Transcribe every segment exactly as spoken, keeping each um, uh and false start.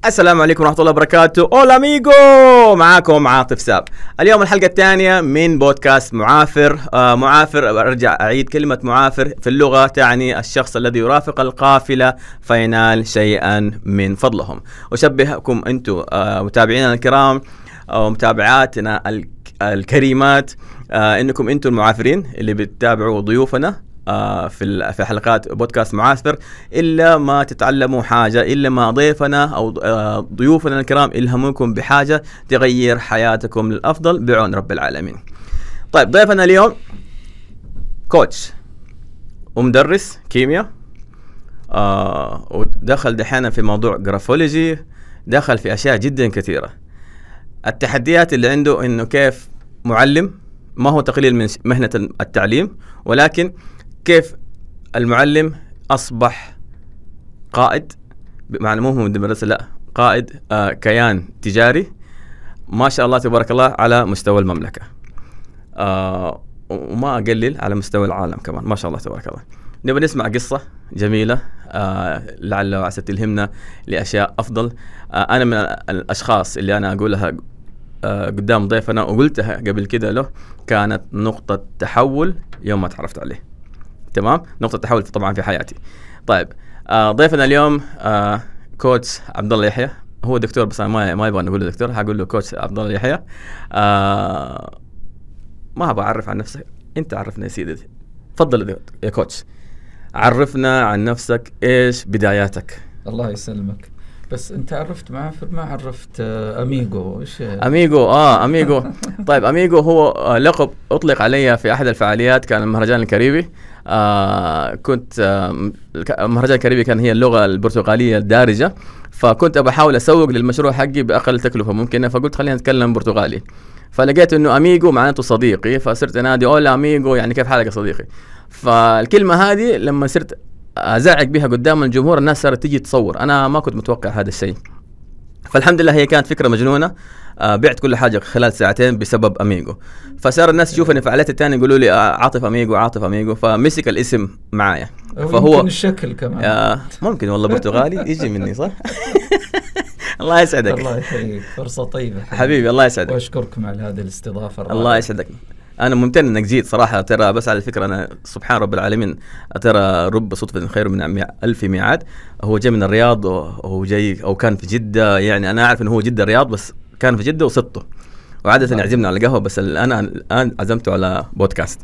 السلام عليكم ورحمة الله وبركاته. أولا أميغو، معاكم عاطف ساب. اليوم الحلقة الثانية من بودكاست معافر. آه معافر، أرجع أعيد كلمة معافر في اللغة تعني الشخص الذي يرافق القافلة فينال شيئا من فضلهم. أشبهكم أنتم آه متابعينا الكرام أو متابعاتنا الكريمات آه إنكم أنتم المعافرين اللي بتتابعوا ضيوفنا في في حلقات بودكاست معافر، إلا ما تتعلموا حاجة، إلا ما ضيفنا أو ضيوفنا الكرام إلهموكم بحاجة تغير حياتكم للأفضل بعون رب العالمين. طيب، ضيفنا اليوم كوتش ومدرس كيمياء، آه ودخل دحين في موضوع جرافولوجي، دخل في أشياء جدا كثيرة. التحديات اللي عنده إنه كيف معلم، ما هو تقليل من مهنة التعليم، ولكن كيف المعلم أصبح قائد، بمعنى مو هو مدرس، لا قائد آه كيان تجاري ما شاء الله تبارك الله على مستوى المملكة، آه وما أقلل على مستوى العالم كمان ما شاء الله تبارك الله. نبغى نسمع قصة جميلة آه لعل وعسى تلهمنا لأشياء أفضل. آه أنا من الأشخاص اللي أنا أقولها آه قدام ضيفنا، وقلتها قبل كده له، كانت نقطة تحول يوم ما تعرفت عليه. تمام، نقطة تحول طبعا في حياتي. طيب، آه ضيفنا اليوم آه كوتش عبد الله يحيى. هو دكتور بس أنا ما ما يبغى نقول له دكتور، هقول له كوتش عبد الله يحيى. آه ما أبغى أعرف عن نفسك، أنت عرفنا يا سيدي. تفضل يا كوتش، عرفنا عن نفسك، إيش بداياتك؟ الله يسلمك. بس انت عرفت معافر، ما عرفت اميغو. ايش اميغو؟ اه اميغو طيب، اميغو هو لقب اطلق علي في احد الفعاليات، كان المهرجان الكاريبي. آه كنت آه المهرجان الكاريبي كان هي اللغة البرتغالية الدارجة، فكنت بحاول اسوق للمشروع حقي باقل تكلفة ممكنة، فقلت خلينا نتكلم برتغالي، فلقيت انه اميغو معناته صديقي، فصرت انادي اولا اميغو، يعني كيف حالك يا صديقي. فالكلمة هذه لما صرت أزعق بها قدام الجمهور، الناس صارت تيجي تصور. أنا ما كنت متوقع هذا الشيء، فالحمد لله هي كانت فكرة مجنونة. آه بعت كل حاجة خلال ساعتين بسبب أميغو، فصار الناس يشوفني فعاليات التانية يقولوا لي آه عاطف أميغو عاطف أميغو، فمسك الاسم معايا. فهو يمكن الشكل كمان آه ممكن والله برتغالي يجي مني صح. الله يسعدك. الله يحييك، فرصة طيبة حبيبي. حبيبي الله يسعدك، وأشكركم على هذه الاستضافة الرائعة. الله يسعدك. أنا ممتن إنك جيت صراحة، ترى بس على الفكرة أنا سبحان رب العالمين، ترى رب صدفة خير من ألف ميعاد. هو جاي من الرياض وهو جاي أو كان في جدة، يعني أنا أعرف إنه هو جدة الرياض، بس كان في جدة وسطه، وعادة يعزمنا على قهوة، بس أنا الآن عزمته على بودكاست.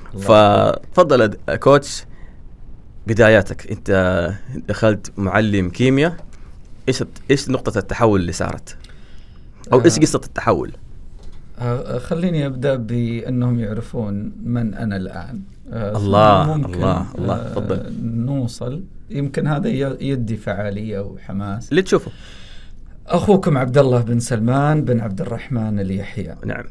فتفضل كوتش، بداياتك أنت دخلت معلم كيمياء، إيش إيش نقطة التحول اللي صارت، أو إيش قصة التحول؟ خليني أبدأ بأنهم يعرفون من أنا الآن. الله الله الله، تفضل. نوصل، يمكن هذا يدي فعالية وحماس اللي تشوفه. أخوكم عبد الله بن سلمان بن عبد الرحمن اليحيى. نعم.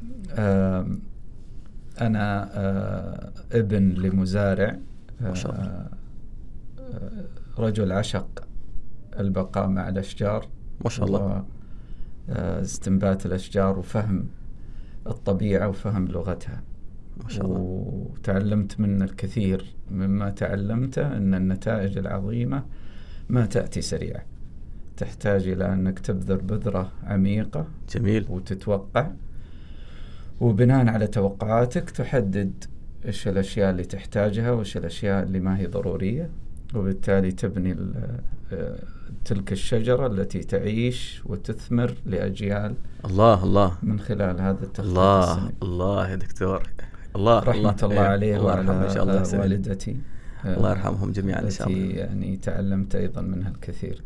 أنا ابن لمزارع، ما شاء الله. رجل عشق البقاء مع الأشجار، ما شاء الله، استنبات الأشجار وفهم الطبيعة وفهم لغتها، ما شاء الله. وتعلمت من الكثير مما تعلمته، أن النتائج العظيمة ما تأتي سريعة، تحتاج إلى أنك تبذر بذرة عميقة. جميل. وتتوقع، وبناء على توقعاتك تحدد إيش الأشياء اللي تحتاجها وإيش الأشياء اللي ما هي ضرورية، وبالتالي تبني تلك الشجرة التي تعيش وتثمر لأجيال. الله الله، من خلال هذا التخطيط الله السني. الله يا دكتور، الله رحمة الله, الله عليه الله وعلى والدتي، الله يرحمهم جميعا إن شاء الله. يعني تعلمت أيضا منها الكثير.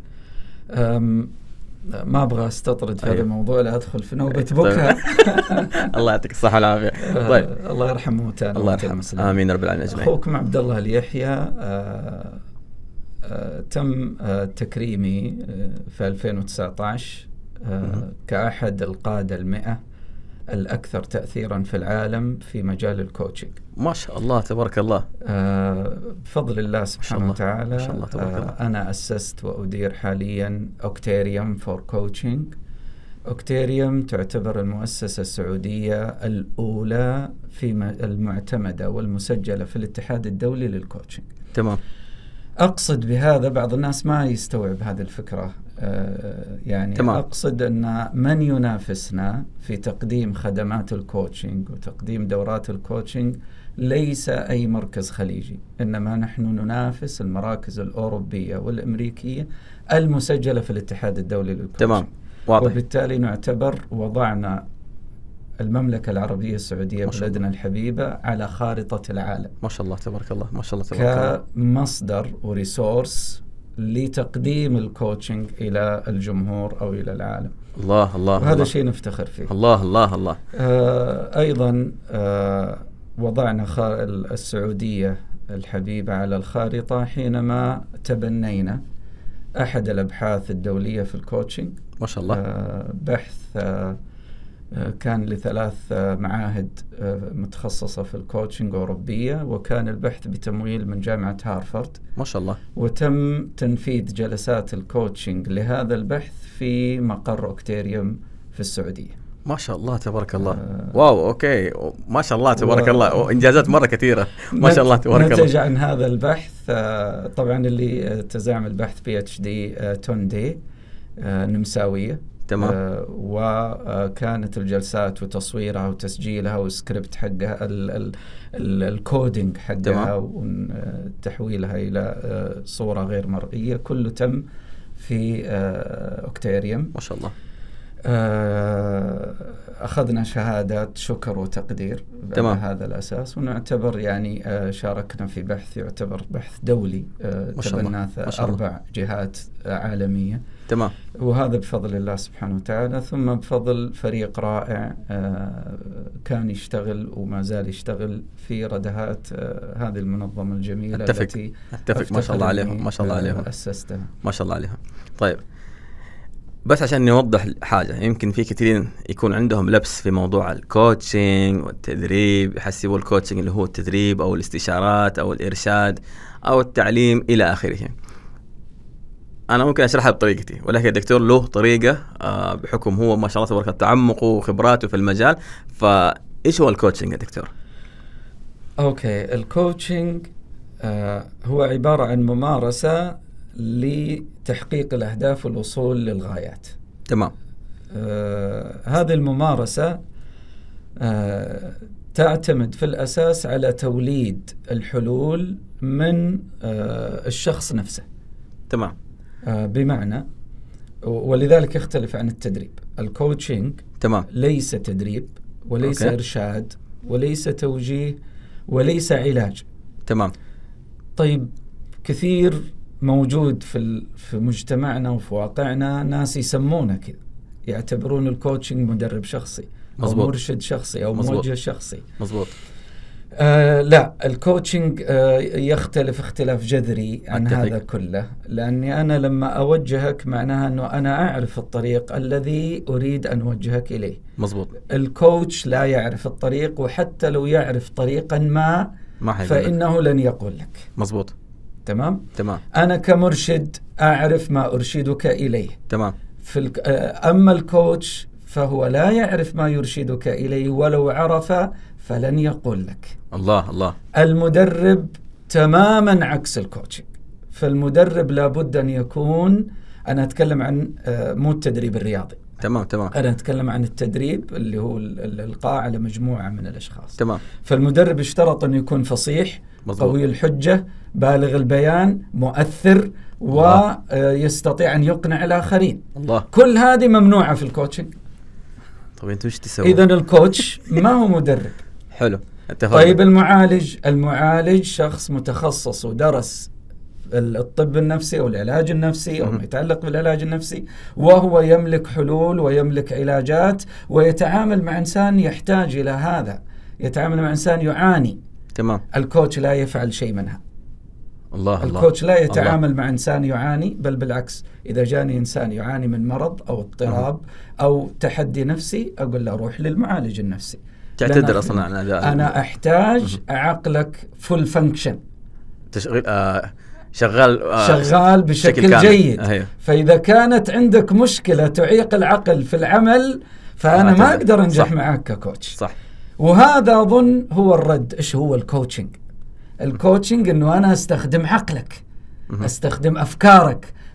ما أبغى استطرد في أيوه. هذا الموضوع، لا أدخل في نوبة بكاء. الله يعطيك الصحة والعافية. طيب، الله يرحم موتانا. الله يرحمه، آمين رب العالمين أجمعين. أخوكم عبد الله اليحيى، آه آه تم آه تكريمي آه في ألفين وتسعة عشر آه كأحد القادة المئة الأكثر تأثيرا في العالم في مجال الكوتشنج. ما شاء الله تبارك الله. آه بفضل الله سبحانه وتعالى. ما شاء الله تبارك الله. آه أنا أسست وأدير حاليا أوكتيريوم فور كوتشنج. أوكتيريوم تعتبر المؤسسة السعودية الأولى في المعتمدة والمسجلة في الاتحاد الدولي للكوتشنج. تمام. أقصد بهذا، بعض الناس ما يستوعب هذه الفكرة، آه يعني تمام. أقصد أن من ينافسنا في تقديم خدمات الكوتشنج وتقديم دورات الكوتشنج ليس أي مركز خليجي، إنما نحن ننافس المراكز الأوروبية والأمريكية المسجلة في الاتحاد الدولي للكوتشنج. تمام، واضح. وبالتالي نعتبر وضعنا المملكة العربية السعودية بلدنا الحبيبة على خارطة العالم. ما شاء الله تبارك الله، ما شاء الله تبارك الله. كمصدر وريسورس لتقديم الكوتشنج إلى الجمهور أو إلى العالم. الله الله، وهذا شيء نفتخر فيه. الله الله الله. آه أيضا آه وضعنا السعودية الحبيبة على الخارطة حينما تبنينا أحد الأبحاث الدولية في الكوتشنج. ما شاء الله. آه بحث آه كان لثلاث معاهد متخصصة في الكوتشنج أوروبية، وكان البحث بتمويل من جامعة هارفارد. ما شاء الله. وتم تنفيذ جلسات الكوتشنج لهذا البحث في مقر أوكتيريوم في السعودية. ما شاء الله تبارك الله. آه واو، أوكي، ما شاء الله تبارك و... الله، وإنجازات مرة كثيرة. ما شاء الله تبارك الله. نتج عن هذا البحث آه طبعا اللي تزعم البحث بي اتش دي آه توندي آه نمساوية. تمام. آه وكانت الجلسات وتصويرها وتسجيلها والسكريبت حقها ال ال ال الكودينج حقها وتحويلها إلى آه صورة غير مرئية كله تم في آه أوكتيريوم. ما شاء الله. آه أخذنا شهادات شكر وتقدير على هذا الأساس، ونعتبر يعني آه شاركنا في بحث يعتبر بحث دولي آه تبناه أربع جهات آه عالمية. تمام. وهذا بفضل الله سبحانه وتعالى، ثم بفضل فريق رائع آه كان يشتغل وما زال يشتغل في ردهات آه هذه المنظمة الجميلة. أتفق. التي أتفق. ما شاء الله عليهم، ما شاء الله عليهم. أسستها. ما شاء الله عليهم. طيب، بس عشان نوضح حاجة، يمكن في كثيرين يكون عندهم لبس في موضوع الكوتشنج والتدريب، يحسبوا الكوتشنج اللي هو التدريب أو الاستشارات أو الإرشاد أو التعليم إلى آخره. أنا ممكن أشرحها بطريقتي، ولكن الدكتور له طريقة آه بحكم هو ما شاء الله تبارك تعمقه وخبراته في المجال. فإيش هو الكوتشنج يا دكتور؟ أوكي، الكوتشنج آه هو عبارة عن ممارسة لتحقيق الأهداف والوصول للغايات. تمام. آه هذه الممارسة آه تعتمد في الأساس على توليد الحلول من آه الشخص نفسه. تمام. آه بمعنى، ولذلك يختلف عن التدريب. الكوتشنج تمام ليس تدريب وليس أوكي. إرشاد وليس توجيه وليس علاج. تمام. طيب، كثير موجود في في مجتمعنا وفي واقعنا ناس يسمونه كذا، يعتبرون الكوتشنج مدرب شخصي مزبوط. أو مرشد شخصي أو مزبوط. موجه شخصي. مزبوط. آه لا، الكوتشنج آه يختلف اختلاف جذري عن أتفق. هذا كله، لأني أنا لما أوجهك معناها أنه أنا أعرف الطريق الذي أريد أن أوجهك إليه. مزبوط. الكوتش لا يعرف الطريق، وحتى لو يعرف طريقا ما, ما فإنه لن يقول لك. مزبوط. تمام. تمام. أنا كمرشد أعرف ما أرشدك إليه. تمام. في الك... أما الكوتش فهو لا يعرف ما يرشدك إليه، ولو عرف فلن يقول لك. الله الله. المدرب تماما عكس الكوتشنج. فالمدرب لابد أن يكون، أنا أتكلم عن مو التدريب الرياضي. تمام تمام. أنا أتكلم عن التدريب اللي هو الإلقاء على مجموعة من الأشخاص. تمام. فالمدرب اشترط أن يكون فصيح، مظبوط. قوي الحجة، بالغ البيان، مؤثر، ويستطيع أن يقنع الآخرين. الله. كل هذه ممنوعة في الكوتشنج. طيب أنتوا إيش تسوون؟ إذن الكوتش ما هو مدرب. حلو. طيب المعالج، المعالج شخص متخصص ودرس الطب النفسي أو العلاج النفسي أو ما يتعلق بالعلاج النفسي، وهو يملك حلول ويملك علاجات، ويتعامل مع إنسان يحتاج إلى هذا، يتعامل مع إنسان يعاني. تمام. الكوتش لا يفعل شيء منها. الله. الكوتش لا يتعامل الله. مع إنسان يعاني، بل بالعكس، إذا جاني إنسان يعاني من مرض أو اضطراب أو تحدي نفسي، أقول له روح للمعالج النفسي. تعتذر أصلا عن هذا. أنا أحتاج عقلك فول فانكشن، تشغيل آه شغال آه شغال بشكل كامل. جيد. أهيه. فإذا كانت عندك مشكلة تعيق العقل في العمل، فأنا ما أقدر أنجح صح. معك ككوتش. صح. وهذا أظن هو الرد. إيش هو الكوتشنج؟ الكوتشنج إنه أنا أستخدم عقلك، أستخدم أفكارك،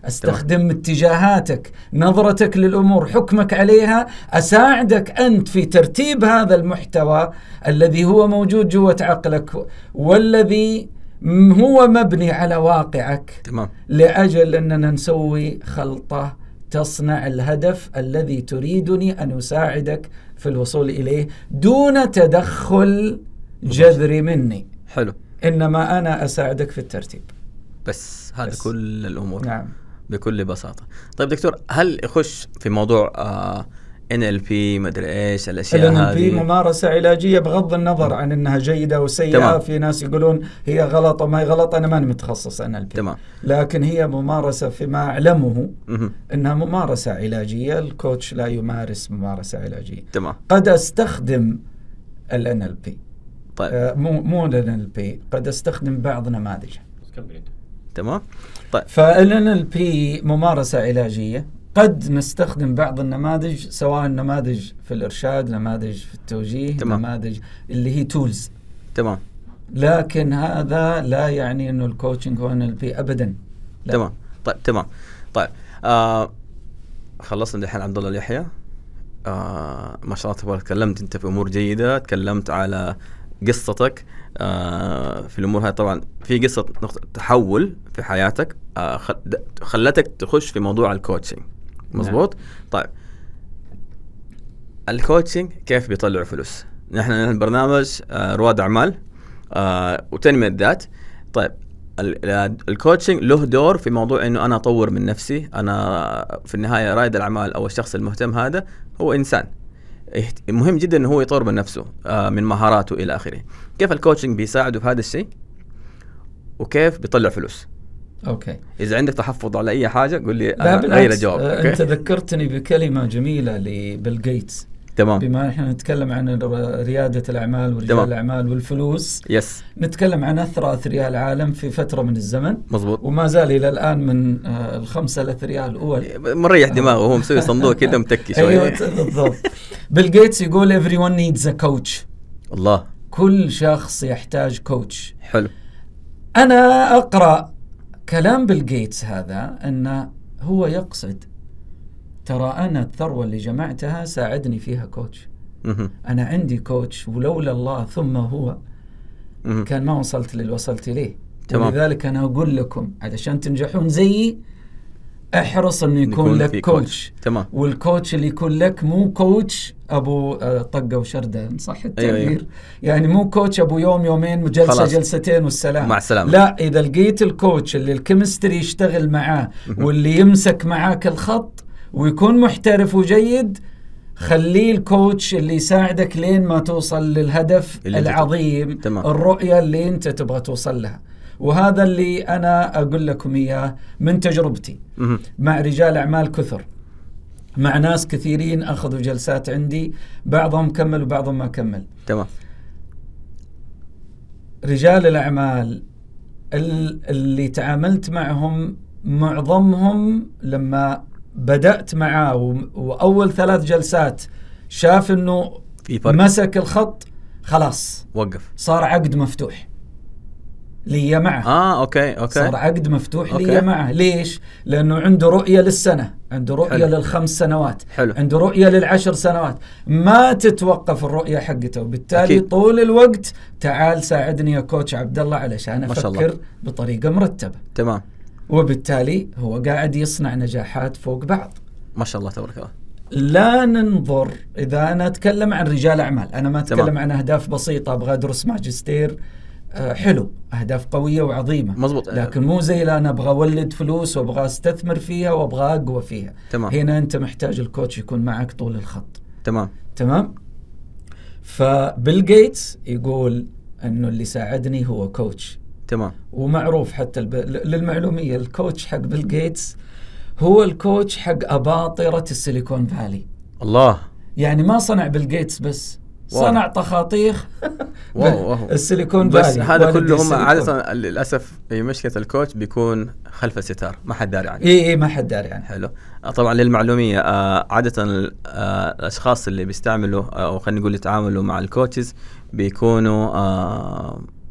أستخدم تمام. اتجاهاتك، نظرتك للأمور، حكمك عليها، أساعدك أنت في ترتيب هذا المحتوى الذي هو موجود جوة عقلك والذي هو مبني على واقعك. تمام. لأجل أننا نسوي خلطة تصنع الهدف الذي تريدني أن أساعدك في الوصول إليه دون تدخل جذري مني. حلو. إنما أنا أساعدك في الترتيب بس. هذا بس. كل الأمور. نعم. بكل بساطة. طيب دكتور، هل يخش في موضوع آه إن إل بي مدري إيش الأشياء هذه؟ إن إل بي ممارسة علاجية بغض النظر عن إنها جيدة أو سيئة. تمام. في ناس يقولون هي غلط وما هي غلط، أنا ما متخصص إن إل بي. تمام. لكن هي ممارسة فيما أعلمه م- إنها ممارسة علاجية. الكوتش لا يمارس ممارسة علاجية. تمام. قد أستخدم ال إن إل بي. طيب. آه مو مو ال إن إل بي، قد أستخدم بعض نماذجه. تمام. طيب. فال إن إل بي ممارسة علاجية. قد نستخدم بعض النماذج، سواء نماذج في الإرشاد، نماذج في التوجيه. تمام. نماذج اللي هي تولز. تمام. لكن هذا لا يعني إنه الكوتشنج هو إن إل بي أبدا. لا. تمام. طيب. تمام. طيب. آه خلصنا الحين عبد الله اليحيى. آه ما شاء الله تبارك، تكلمت أنت في أمور جيدة، تكلمت على قصتك آه في الأمور هاي. طبعا في قصة نقطة تحول في حياتك آه خلتك تخش في موضوع الكوتشنج. مزبوط. نعم. طيب الكوتشنج كيف بيطلع فلوس؟ نحن البرنامج آه رواد أعمال آه وتنمية الذات. طيب الكوتشنج له دور في موضوع إنه أنا أطور من نفسي. أنا في النهاية رائد الأعمال أو الشخص المهتم هذا هو إنسان مهم جدا إنه هو يطور من نفسه آه من مهاراته إلى آخره. كيف الكوتشنج بيساعده في هذا الشيء وكيف بيطلع فلوس؟ أوكي. إذا عندك تحفظ على أي حاجة قول لي أنا غير الجواب. أوكي. أنت ذكرتني بكلمة جميلة لبيل غيتس. تمام. بما نحن نتكلم عن ريادة الأعمال ورجال تمام. الأعمال والفلوس. يس. نتكلم عن أثرى أثرياء العالم في فترة من الزمن. مظبوط. وما زال إلى الآن من آه الخمسة الأثرياء الأول. مريح دماغه وهو مسوي صندوق كده متكي شوية. أيوة بالضبط. بيل غيتس يقول everyone needs a coach. الله. كل شخص يحتاج كوتش. حلو. أنا أقرأ كلام بيل غيتس هذا أنه هو يقصد ترى أنا الثروة اللي جمعتها ساعدني فيها كوتش. أنا عندي كوتش ولولا الله ثم هو كان ما وصلت للي وصلت إليه. ولذلك أنا أقول لكم علشان تنجحون زيي احرص أنه يكون, يكون لك كوتش. تمام. والكوتش اللي يكون لك مو كوتش أبو طقة وشردة صح التغيير. أيوة أيوة. يعني مو كوتش أبو يوم يومين جلسة خلاص. جلستين والسلام. مع السلامة. لا، إذا لقيت الكوتش اللي الكيمستري يشتغل معاه واللي يمسك معاك الخط ويكون محترف وجيد، خليه الكوتش اللي يساعدك لين ما توصل للهدف العظيم. الرؤية اللي انت تبغى توصل لها. وهذا اللي أنا أقول لكم إياه من تجربتي م- مع رجال أعمال كثر، مع ناس كثيرين أخذوا جلسات عندي، بعضهم كمل وبعضهم ما كمل. تمام. رجال الأعمال اللي تعاملت معهم معظمهم لما بدأت معاه وأول ثلاث جلسات شاف إنه مسك الخط خلاص وقف، صار عقد مفتوح لي معه. آه أوكي أوكي صار عقد مفتوح أوكي. لي معه. ليش؟ لأنه عنده رؤية للسنة، عنده رؤية حلو. للخمس سنوات حلو. عنده رؤية للعشر سنوات، ما تتوقف الرؤية حقته. وبالتالي أكيد. طول الوقت تعال ساعدني يا كوتش عبد الله علشان أفكر بطريقة مرتبة. تمام. وبالتالي هو قاعد يصنع نجاحات فوق بعض. ما شاء الله تبارك الله. لا ننظر، إذا أنا أتكلم عن رجال أعمال، أنا ما أتكلم تمام. عن أهداف بسيطة أبغى أدرس ماجستير آه حلو، أهداف قوية وعظيمة مزبوط. لكن مو زي لا أنا أبغى أولد فلوس وأبغى أستثمر فيها وأبغى أقوى فيها. تمام. هنا أنت محتاج الكوتش يكون معك طول الخط. تمام تمام. فبيل غيتس يقول أنه اللي ساعدني هو كوتش. تمام. ومعروف حتى الب... للمعلومية الكوتش حق بيل غيتس هو الكوتش حق أباطرة السيليكون فالي. الله. يعني ما صنع بيل غيتس بس، صنع واو. تخاطيخ واو واو. السيليكون بس فالي. هذا كله هم عادة للأسف هي مشكلة الكوتش بيكون خلف الستار، ما حد داري عنه. إيه إيه ما حد داري عنه. حلو. طبعا للمعلومية آه عادة آه الأشخاص اللي بيستعملوا أو آه خلينا نقول يتعاملوا مع الكوتشز بيكونوا آه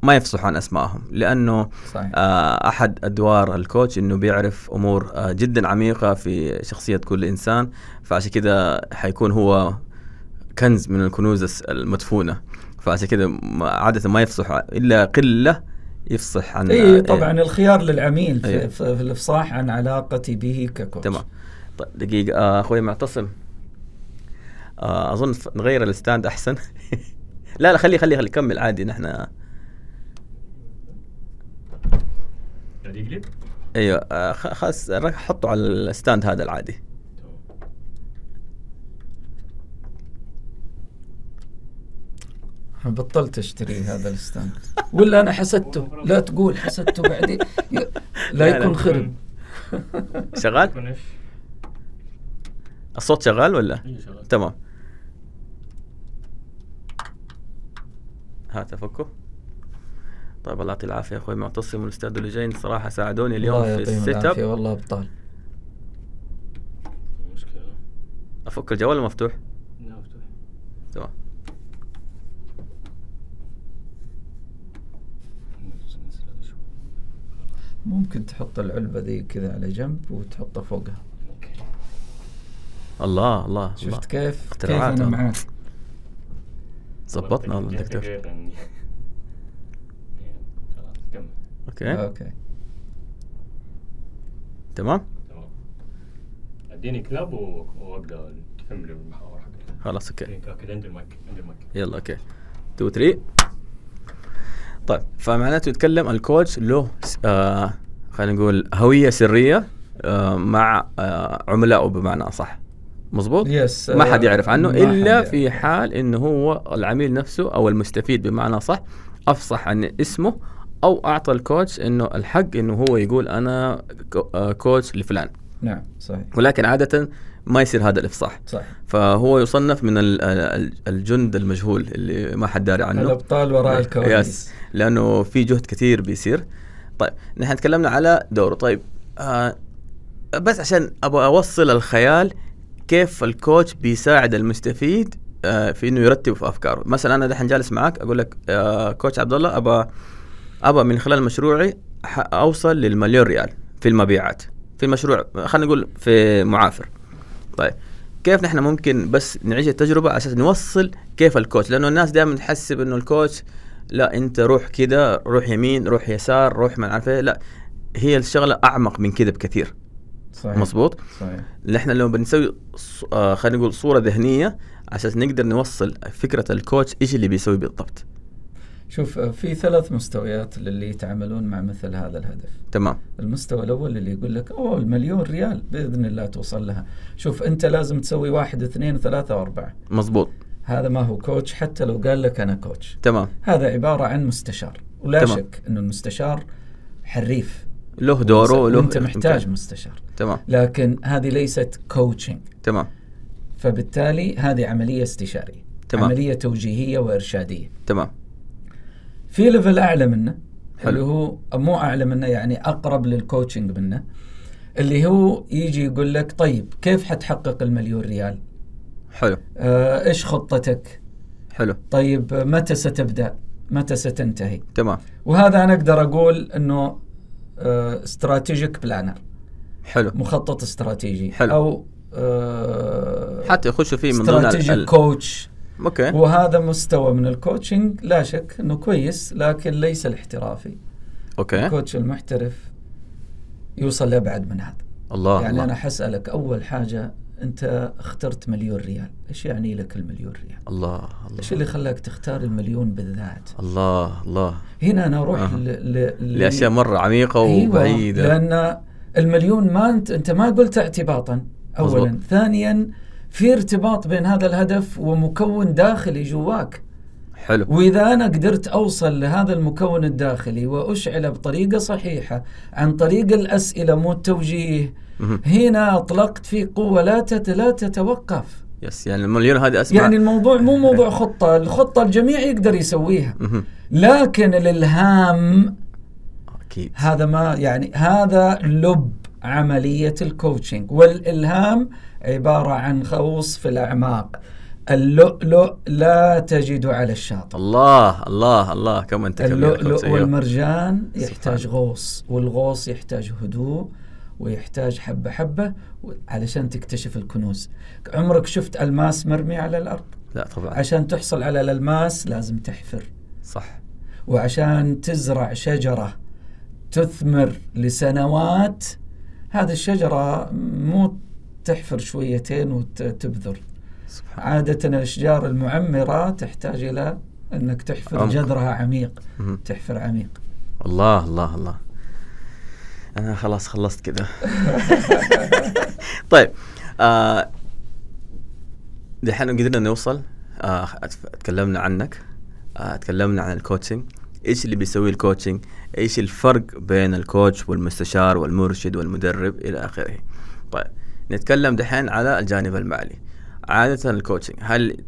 ما يفصحوا عن اسمائهم، لانه صحيح. آه احد ادوار الكوتش انه بيعرف امور آه جدا عميقه في شخصيه كل انسان، فعشان كده حيكون هو كنز من الكنوز المدفونه، فعشان كده عاده ما يفصح الا قله يفصح عن. اي طبعا إيه الخيار للعميل في, أيه. في الافصاح عن علاقتي به ككوتش. تمام. طيب دقيقه آه اخوي معتصم، آه اظن نغير الستاند احسن. لا لا خلي خلي خلي كمل عادي. نحن ايوه آه خلاص حطه على الستاند هذا العادي. بطلت اشتري هذا الستاند ولا انا حسدته. لا تقول حسدته بعدين لا يكون خرب. شغال الصوت شغال ولا؟ تمام. هات افكه. طيب الله يعطي العافيه اخوي معتصم والاستاذ اللي جايين صراحه ساعدوني اليوم في السيت اب. والله ابطال. افك الجوال مفتوح؟ لا مفتوح. تمام. ممكن تحط العلبه ذي كذا على جنب وتحطها فوقها. الله الله شفت الله. كيف كيف انا معاك. ظبطنا والله دكتور. اوكي اوكي تمام تمام. اديني كلاب وابدا تحمل المحاور حقك. خلاص اوكي كذا عند المايك عند المايك. يلا اوكي تو ثري. طيب فمعناته يتكلم الكوتش له آه خلينا نقول هويه سريه آه مع آه عملائه بمعنى اصح. مظبوط. يس. ما حد يعرف عنه الا حد في حال انه هو العميل نفسه او المستفيد بمعنى صح افصح عن اسمه او اعطى الكوتش انه الحق انه هو يقول انا كوتش لفلان. نعم صحيح. ولكن عاده ما يصير هذا الافصاح. صح. فهو يصنف من الجند المجهول اللي ما حد داري عنه. الابطال وراء الكواليس. يس. لانه في جهد كثير بيصير. طيب نحن تكلمنا على دوره. طيب آه بس عشان ابغى اوصل الخيال كيف الكوتش بيساعد المستفيد آه في انه يرتب في افكاره. مثلا انا دحين جالس معك اقول لك آه كوتش عبد الله ابغى ابغى من خلال مشروعي اوصل للمليون ريال في المبيعات في المشروع، خلينا نقول في معافر. طيب كيف نحن ممكن بس نعيش التجربه عشان نوصل كيف الكوتش، لانه الناس دائما تحسب انه الكوتش لا انت روح كده، روح يمين، روح يسار، روح ما عارف ايه. لا هي الشغله اعمق من كده بكثير. صحيح. مظبوط. صحيح. نحن لو بنسوي آه خلينا نقول صوره ذهنيه عشان نقدر نوصل فكره الكوتش ايش اللي بيسوي بالضبط. شوف في ثلاث مستويات للي يتعاملون مع مثل هذا الهدف. تمام. المستوى الأول اللي يقول لك أوه المليون ريال بإذن الله توصل لها. شوف أنت لازم تسوي واحد اثنين ثلاثة وأربعة. مظبوط. هذا ما هو كوتش حتى لو قال لك أنا كوتش. تمام. هذا عبارة عن مستشار، ولا تمام. شك أنه المستشار حريف له دوره له أنت محتاج ممكن. مستشار. تمام. لكن هذه ليست كوتشنج. تمام. فبالتالي هذه عملية استشارية. تمام. عملية توجيهية وإرشادية. تمام. في ليفل أعلى منه حلو. اللي هو مو أعلى منه يعني أقرب للكوتشنج منه، اللي هو يجي يقول لك طيب كيف حتحقق المليون ريال؟ حلو. آه إيش خطتك؟ حلو. طيب متى ستبدأ؟ متى ستنتهي؟ تمام. وهذا أنا أقدر أقول إنه استراتيجيك بلانر. حلو. مخطط استراتيجي. حلو. أو آه حتى يخشوا فيه من ضمن استراتيجيك كوتش. اوكي. وهذا مستوى من الكوتشنج لا شك انه كويس، لكن ليس الاحترافي. اوكي. الكوتش المحترف يوصل لأبعد من هذا. الله. يعني الله. انا حسألك اول حاجة، انت اخترت مليون ريال، ايش يعني لك المليون ريال؟ الله. الله. ايش اللي خلاك تختار المليون بالذات؟ الله. الله. هنا انا اروح آه. ل... ل... لأشياء مرة عميقة وبعيدة. أيوة. لأن المليون ما انت انت ما قلت اعتباطا اولا. مزبوط. ثانيا في ارتباط بين هذا الهدف ومكون داخلي جواك. حلو. وإذا أنا قدرت أوصل لهذا المكون الداخلي وأشعله بطريقة صحيحة عن طريق الأسئلة مو التوجيه، هنا أطلقت في قوة لا لا تتوقف. يس يعني المليون هذه أسمع. يعني الموضوع مو موضوع خطة، الخطة الجميع يقدر يسويها، لكن الإلهام أكيد. هذا ما يعني هذا لب عملية الكوتشنج. والإلهام عبارة عن غوص في الأعماق. اللؤلؤ لا تجد على الشاطئ. الله الله الله كم أنت كبير. اللؤلؤ والمرجان يحتاج غوص، والغوص يحتاج هدوء ويحتاج حبة حبة علشان تكتشف الكنوز. عمرك شفت ألماس مرمي على الأرض؟ لا طبعا. عشان تحصل على الألماس لازم تحفر. صح. وعشان تزرع شجرة تثمر لسنوات، هذه الشجرة مو تحفر شويتين وتبذر. عادة الأشجار المعمرة تحتاج إلى أنك تحفر عمق. جذرها عميق. م- تحفر عميق. الله الله الله. أنا خلاص خلصت كده. طيب آه دحين قدرنا نوصل. آه تكلمنا عنك، آه تكلمنا عن الكوتشنج، إيش اللي بيسوي الكوتشنج، إيش الفرق بين الكوتش والمستشار والمرشد والمدرب إلى آخره. طيب نتكلم دحين على الجانب المالي. عادة الكوتشنج هل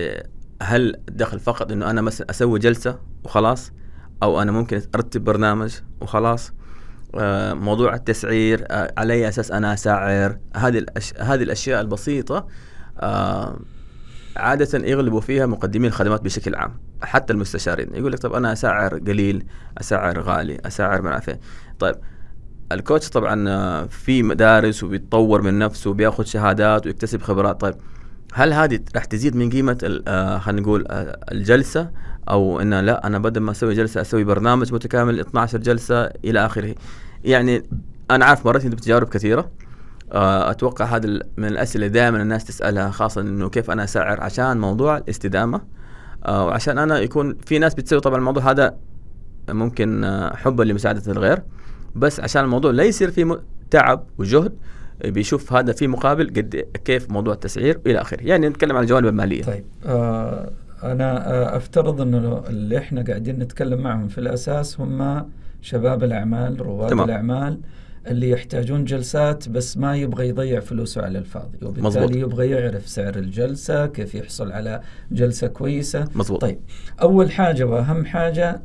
هل دخل فقط إنه أنا مثلا أسوي جلسة وخلاص، أو أنا ممكن أرتب برنامج وخلاص؟ آه موضوع التسعير، آه على أي أساس أنا أسعر؟ هذه الأش... هذه الأشياء البسيطة آه عادة يغلبوا فيها مقدمين الخدمات بشكل عام. حتى المستشارين يقول لك طب أنا أسعر قليل، أسعر غالي، أسعر ما أعرف. طيب الكوتش طبعا في مدارس وبيتطور من نفسه وبياخد شهادات ويكتسب خبرات. طيب هل هذه راح تزيد من قيمة آه خلينا نقول آه الجلسة، أو إن لا أنا بدل ما أسوي جلسة أسوي برنامج متكامل اثنتي عشرة جلسة إلى آخره؟ يعني أنا عارف مرات أنت بتجارب كثيرة. آه أتوقع هذا من الأسئلة دائما الناس تسألها، خاصة إنه كيف أنا أسعر عشان موضوع الاستدامة، آه وعشان أنا يكون في ناس بتسوي طبعا الموضوع هذا ممكن آه حبا لمساعدة الغير، بس عشان الموضوع لا يصير فيه تعب وجهد بيشوف هذا في مقابل قد كيف موضوع التسعير إلى آخره. يعني نتكلم عن الجوانب المالية. طيب آه أنا آه أفترض أنه اللي إحنا قاعدين نتكلم معهم في الأساس هم شباب الأعمال، رواد تمام. الأعمال اللي يحتاجون جلسات بس ما يبغى يضيع فلوسه على الفاضي، وبالتالي مزبوط. يبغى يعرف سعر الجلسة، كيف يحصل على جلسة كويسة. مزبوط. طيب أول حاجة وأهم حاجة،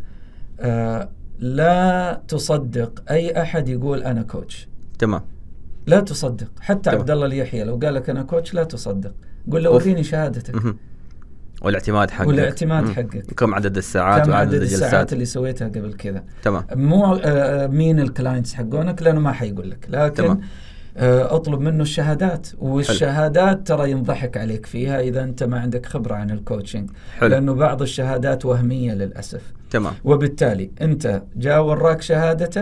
آه لا تصدق أي أحد يقول أنا كوتش. تمام. لا تصدق حتى عبد الله اليحيى لو قال لك أنا كوتش لا تصدق، قل له وريني شهادتك. م- والاعتماد حقك. والاعتماد م- حقك. كم عدد الساعات كم وعدد عدد الجلسات الساعات اللي سويتها قبل كذا. تمام. مو آه مين الكلاينتس حقونك لأنه ما حيقول لك، لكن تمام. آه اطلب منه الشهادات، والشهادات ترى ينضحك عليك فيها إذا أنت ما عندك خبرة عن الكوتشنج، حلو. لأنه بعض الشهادات وهمية للأسف. تمام. وبالتالي أنت جاء وراك شهادته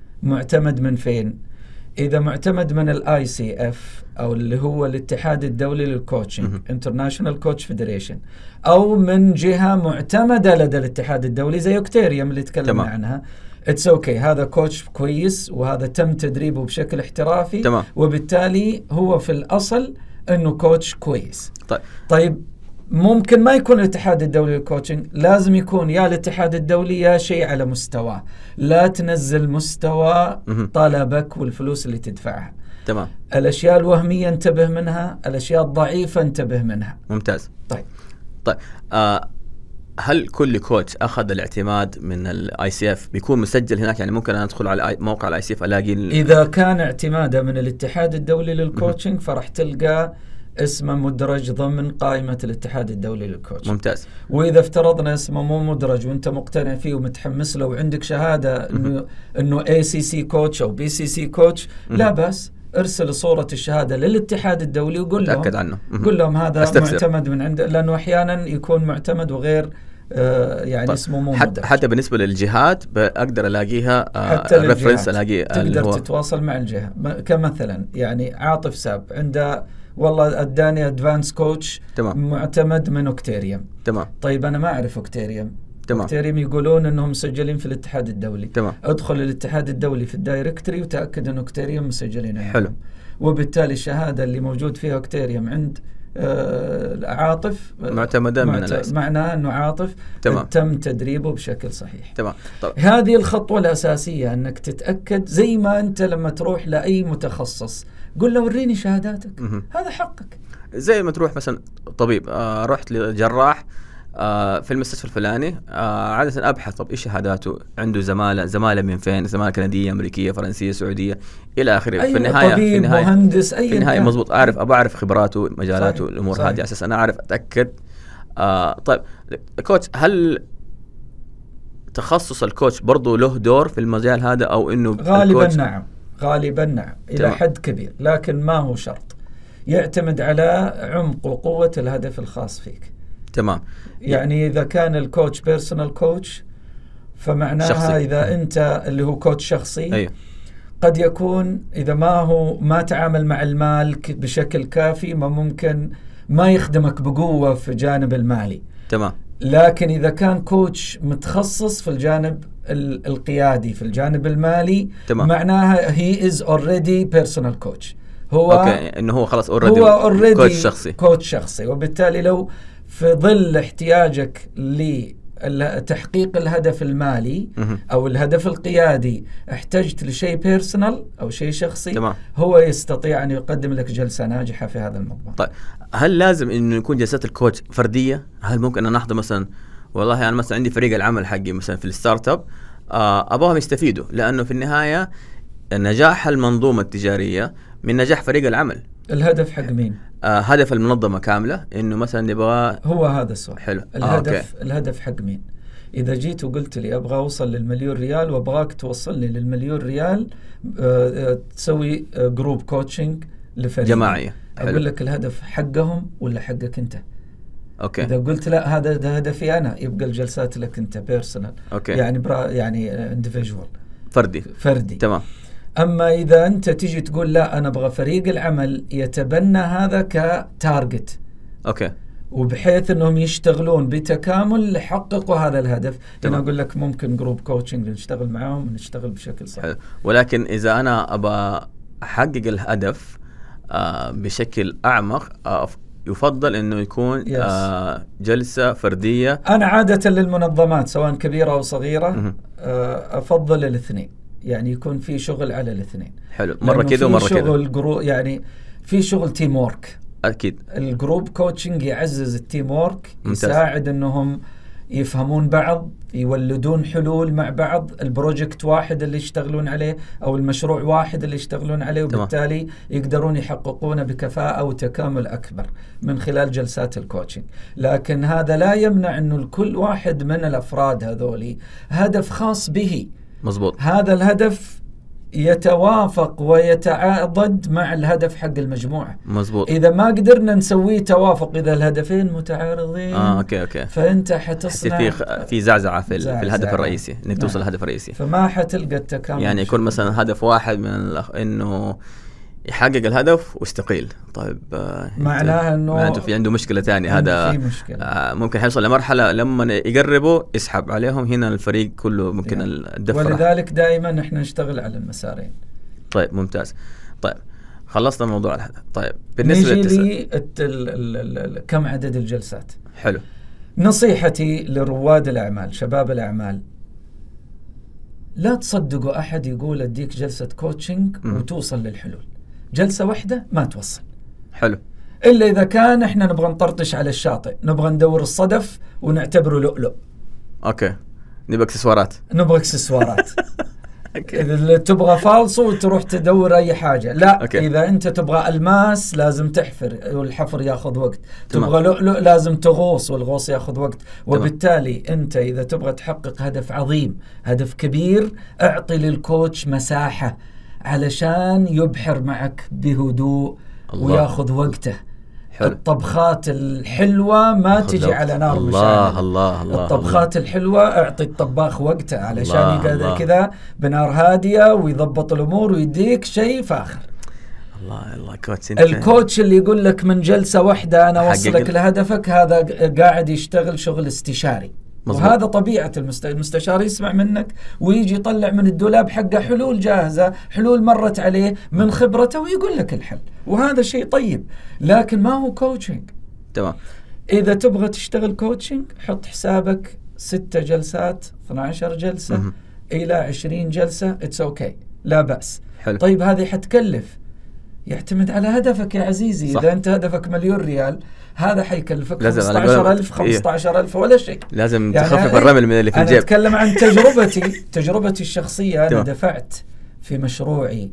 معتمد من فين؟ إذا معتمد من الاي سي اف أو اللي هو الاتحاد الدولي للكوتشنج International Coach Federation، أو من جهة معتمدة لدى الاتحاد الدولي زي اوكتيريوم اللي تكلمنا عنها، اتس اوكي okay. هذا كوتش كويس وهذا تم تدريبه بشكل احترافي. تمام. وبالتالي هو في الأصل أنه كوتش كويس. طيب, طيب ممكن ما يكون الاتحاد الدولي للكوتشنج، لازم يكون يا الاتحاد الدولي يا شيء على مستواه. لا تنزل مستوى طلبك والفلوس اللي تدفعها. تمام. الأشياء الوهمية انتبه منها، الأشياء الضعيفة انتبه منها. ممتاز. طيب طيب آه هل كل كوتش أخذ الاعتماد من الاي سي اف بيكون مسجل هناك؟ يعني ممكن أنا أدخل على موقع الاي سي اف ألاقي ال... إذا كان اعتماده من الاتحاد الدولي للكوتشنج فرح تلقى اسمه مدرج ضمن قائمة الاتحاد الدولي للكوتش. ممتاز. وإذا افترضنا اسمه مو مدرج وانت مقتنع فيه ومتحمس له وعندك شهادة انه انه اي سي سي كوتش او بي سي سي كوتش، لا بس ارسل صورة الشهادة للاتحاد الدولي وقول لهم تأكد عنه. قول لهم هذا أستفسر. معتمد من عنده، لأنه أحيانا يكون معتمد وغير آه يعني طيب. اسمه مو حتى, مدرج. حتى بالنسبة للجهات أقدر ألاقيها آه ريفرنس، ألاقي تقدر هو تتواصل مع الجهة. كمثلا يعني عاطف ساب عنده والله اداني ادفانس كوتش معتمد من اوكتيريوم. تمام. طيب انا ما اعرف اوكتيريوم. تمام. اوكتيريوم يقولون انهم مسجلين في الاتحاد الدولي. تمام. ادخل الاتحاد الدولي في الدايركتوري وتاكد ان اوكتيريوم مسجلين. حلو. وبالتالي الشهاده اللي موجود فيها اوكتيريوم عند آه عاطف معتمده من معت... معناه انه عاطف تمام. تم تدريبه بشكل صحيح. تمام. طبعا. هذه الخطوه الاساسيه انك تتاكد، زي ما انت لما تروح لاي متخصص قل له وريني شهاداتك. م- هذا حقك. زي ما تروح مثلا طبيب، آه رحت لجراح آه في المستشفى الفلاني، آه عادة أبحث طب إيش شهاداته، عنده زمالة زمالة من فين، زمالة كندية أمريكية فرنسية سعودية إلى آخره. أيوة، في النهاية طبيب في النهاية مهندس أي في النهاية مزبوط، أعرف أبى أعرف خبراته مجالاته صحيح. الأمور صحيح. هذه أساس أنا أعرف أتأكد. آه طيب كوتش، هل تخصص الكوتش برضو له دور في المجال هذا أو إنه غالبا نعم غالبا نعم إلى تمام. حد كبير، لكن ما هو شرط، يعتمد على عمق وقوة الهدف الخاص فيك. تمام. يعني إذا كان الكوتش بيرسونال كوتش فمعناها شخصي. إذا أنت اللي هو كوتش شخصي، أيوه. قد يكون إذا ما هو ما تعامل مع المال بشكل كافي ما ممكن ما يخدمك بقوة في جانب المالي. تمام. لكن إذا كان كوتش متخصص في الجانب القيادي في الجانب المالي، تمام. معناها he is already personal coach. هو أوكي، إنه هو خلاص already هو already كوتش شخصي. كوتش شخصي، وبالتالي لو في ظل احتياجك لتحقيق الهدف المالي مه. أو الهدف القيادي احتجت لشيء بيرسونال أو شيء شخصي، تمام. هو يستطيع أن يقدم لك جلسة ناجحة في هذا الموضوع. طيب هل لازم إنه يكون جلسات الكوتش فردية؟ هل ممكن أن أحضر مثلا، والله أنا مثلا عندي فريق العمل حقي مثلا في الستارت اب، آه أبغاهم يستفيدوا، لأنه في النهاية نجاح المنظومة التجارية من نجاح فريق العمل. الهدف حق مين؟ آه هدف المنظمة كاملة إنه مثلا نبغى، هو هذا السؤال. حلو. الهدف آه الهدف حق مين؟ إذا جيت وقلت لي أبغى أوصل للمليون ريال وأبغاك توصلني للمليون ريال، آه تسوي آه جروب كوتشنج لفريق جماعية، أقول لك الهدف حقهم ولا حقك أنت؟ أوكي. إذا قلت لا هذا ده هدفي أنا، يبقى الجلسات لك أنت بيرسونال، أوكي. يعني برا يعني انديفيدوال فردي فردي. تمام. أما إذا أنت تيجي تقول لا أنا أبغى فريق العمل يتبنى هذا كتارجت، أوكي، وبحيث أنهم يشتغلون بتكامل يحققوا هذا الهدف، أنا تمام. أقول لك ممكن جروب كوتشنج نشتغل معاهم ونشتغل بشكل صح. حلو. ولكن إذا أنا أبغى أحقق الهدف آه بشكل أعمق، آه يفضل إنه يكون Yes. آه جلسة فردية. أنا عادة للمنظمات سواء كبيرة أو صغيرة مه. آه أفضل الاثنين، يعني يكون في شغل على الاثنين. حلو، مرة كده ومرة كده. شغل جرو يعني في شغل تيم وورك. أكيد. الجروب كوتشنج يعزز التيم وورك، ممتاز. يساعد انهم يفهمون بعض، يولدون حلول مع بعض، البروجكت واحد اللي يشتغلون عليه او المشروع واحد اللي يشتغلون عليه، وبالتالي تمام. يقدرون يحققونه بكفاءة وتكامل اكبر من خلال جلسات الكوتشنج. لكن هذا لا يمنع انه الكل واحد من الافراد هذولي هدف خاص به. مزبوط. هذا الهدف يتوافق ويتعاضد مع الهدف حق المجموعة. مزبوط. إذا ما قدرنا نسويه توافق، إذا الهدفين متعارضين، آه أوكي أوكي فأنت حتصنع في في زعزعة في, زعزعة. في الهدف الرئيسي، إنك نعم. توصل للهدف الرئيسي، فما حتلقى التكامل. يعني يكون مثلا هدف واحد من الأخ... إنه يحقق الهدف واستقيل. طيب آه معناها إنه في عنده مشكلة تانية، هذا في مشكلة. آه ممكن حيوصل لمرحلة لما يقربوا يسحب عليهم، هنا الفريق كله ممكن يعني. الدفرة. ولذلك دائما إحنا نشتغل على المسارين. طيب ممتاز. طيب خلصنا موضوع الهدف. طيب بالنسبة نيجي للتس... لي التل... ال... ال... ال... كم عدد الجلسات. حلو. نصيحتي لرواد الأعمال، شباب الأعمال، لا تصدقوا أحد يقول أديك جلسة كوتشنج م. وتوصل للحلول. جلسة واحدة ما توصل. حلو. إلا إذا كان إحنا نبغى نطرطش على الشاطئ، نبغى ندور الصدف ونعتبره لؤلؤ. أوكي. نبغى اكسسوارات. نبغى اكسسوارات. إذا تبغى فالصو وتروح تدور أي حاجة. لا. أوكي. إذا أنت تبغى ألماس لازم تحفر والحفر ياخذ وقت. تمام. تبغى لؤلؤ لازم تغوص والغوص ياخذ وقت. وبالتالي أنت إذا تبغى تحقق هدف عظيم، هدف كبير، أعطي للكوتش مساحة علشان يبحر معك بهدوء وياخذ وقته. حلو. الطبخات الحلوة ما تجي على نار الله مشعلة. الله الله. الطبخات الله. الحلوة اعطي الطباخ وقته علشان الله يقعد الله. كذا بنار هادية ويضبط الأمور ويديك شيء فاخر. الله الله كوتش. الكوتش اللي يقول لك من جلسة واحدة أنا أوصلك حقق. لهدفك، هذا قاعد يشتغل شغل استشاري. مزبوط. وهذا طبيعة المست... المستشار يسمع منك ويجي يطلع من الدولاب حقه حلول جاهزة، حلول مرت عليه من خبرته ويقول لك الحل، وهذا شيء طيب، لكن ما هو كوتشنج. تمام. إذا تبغى تشتغل كوتشنج حط حسابك ستة جلسات، اثنا عشر جلسة م- إلى عشرين جلسة، it's okay، لا بأس. حلو. طيب هذه حتكلف يعتمد على هدفك يا عزيزي. صح. إذا أنت هدفك مليون ريال هذا حيكلفك لازم على خمسة عشر ألف إيه. خمسة عشر ألف ولا شيء. لازم يعني تخفف أنا- الرمل من اللي في أنا الجيب. أتكلم عن تجربتي تجربتي الشخصية. أنا تمام. دفعت في مشروعي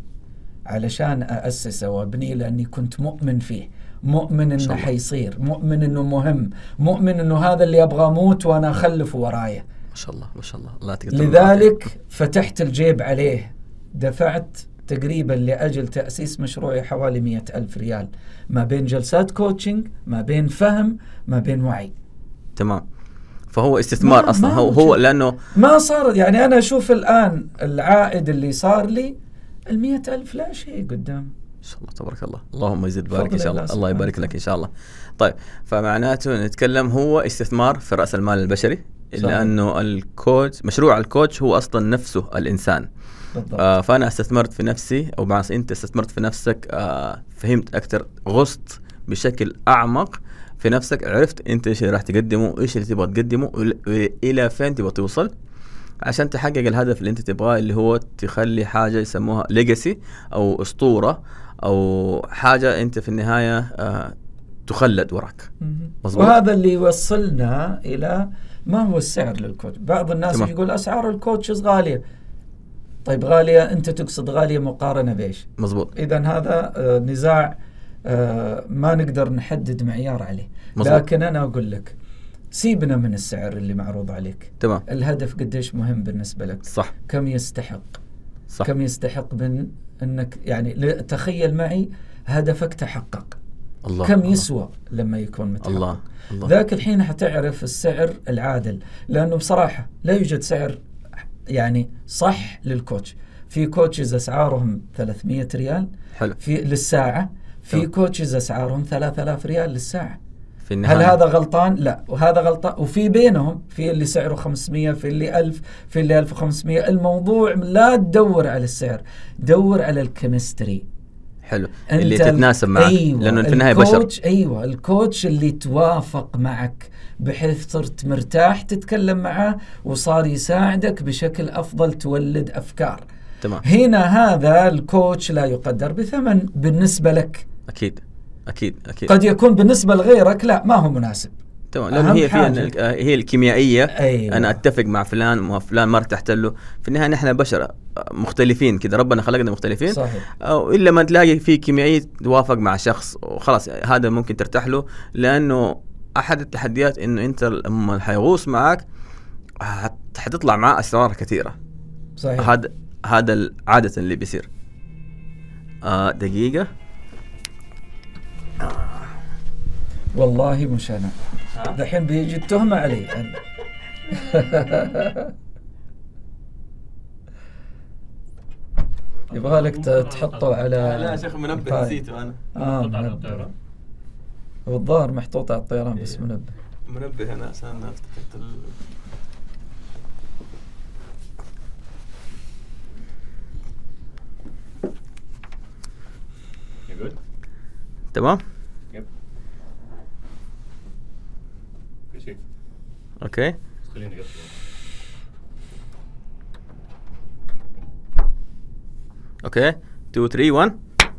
علشان أأسسه وأبنيه لأني كنت مؤمن فيه، مؤمن إنه حيصير، مؤمن إنه مهم، مؤمن إنه هذا اللي أبغى أموت وأنا أخلفه ورايا. ما شاء الله ما شاء الله الله يعطيك العافية. لذلك فتحت الجيب عليه، دفعت تقريبا لأجل تأسيس مشروعي حوالي مئة ألف ريال، ما بين جلسات كوتشنج، ما بين فهم، ما بين وعي. تمام. فهو استثمار ما- اصلا ما هو وجد. هو لانه ما صار يعني أنا أشوف الآن العائد اللي صار لي المئة ألف لا شيء قدام. ان شاء الله تبارك الله. اللهم يزيد بارك بفضل ان شاء الله. الله الله سبحانه يبارك لك ان شاء الله. طيب فمعناته نتكلم هو استثمار في راس المال البشري، صحيح. لانه الكوتش مشروع الكوتش هو اصلا نفسه الانسان. بالضبط. آه فانا استثمرت في نفسي او بعض انت استثمرت في نفسك، آه فهمت اكثر، غصت بشكل اعمق في نفسك، عرفت انت ايش اللي راح تقدمه، ايش اللي تبغى تقدمه، والى فين تبغى توصل عشان تحقق الهدف اللي انت تبغاه، اللي هو تخلي حاجه يسموها ليجاسي او اسطوره او حاجه انت في النهايه آه تخلد وراك. مهم. مظبوط. وهذا اللي يوصلنا إلى ما هو السعر للكوتش. بعض الناس تمام. يقول أسعار الكوتشز غالية. طيب غالية، أنت تقصد غالية مقارنة بإيش؟ مظبوط. إذن هذا آه، نزاع آه، ما نقدر نحدد معيار عليه. مظبوط. لكن أنا أقول لك سيبنا من السعر اللي معروض عليك. تمام. الهدف قديش مهم بالنسبة لك، صح كم يستحق، صح. كم يستحق من أنك يعني ل- تخيل معي هدفك تحقق، الله كم الله. يسوى لما يكون متحقق. الله الله. ذاك الحين حتعرف السعر العادل، لأنه بصراحة لا يوجد سعر يعني صح للكوتش. في كوتشز أسعارهم ثلاثمئة ريال حلو. في للساعة، في تمام. كوتشز أسعارهم ثلاثة آلاف ريال للساعة. في النهايه هل هذا غلطان؟ لا. وهذا غلطان، وفي بينهم في اللي سعره خمسمئة، في اللي ألف، في اللي ألف وخمسمئة. الموضوع لا تدور على السعر، دور على الكيمستري حلو أنت اللي تتناسب معك. أيوة لانه في النهايه بشر. الكوتش أيوة الكوتش اللي توافق معك بحيث صرت مرتاح تتكلم معه وصار يساعدك بشكل أفضل تولد أفكار. تمام. هنا هذا الكوتش لا يقدر بثمن بالنسبة لك، اكيد اكيد اكيد. قد يكون بالنسبة لغيرك لا ما هو مناسب. تمام. لانه أهم هي في حاجة. هي الكيميائيه. أيوة. انا اتفق مع فلان وفلان ما ارتحت له، في النهايه نحن بشر مختلفين كذا، ربنا خلقنا مختلفين. صحيح. او الا ما تلاقي في كيميائيه توافق مع شخص وخلاص هذا ممكن ترتاح له، لانه احد التحديات انه انت لما حيغوص معك حت- حتطلع معاه اسرار كثيره. صحيح. هذا هذا عاده اللي بيصير. آه دقيقه. والله مش أنا دحين بيجي التهمة علي أنا. يبغالك ت- تحطه على لا يا شيخ منبه طيب. نسيته انا. آه قطع على منبه. الطيران. والظاهر محطوط على الطيران بس إيه. منبه. منبه انا عشان افتكرت ال... You good? تمام. Yep. Proceed. اوكي. خليني أقفل. اوكي اثنين ثلاثة واحد.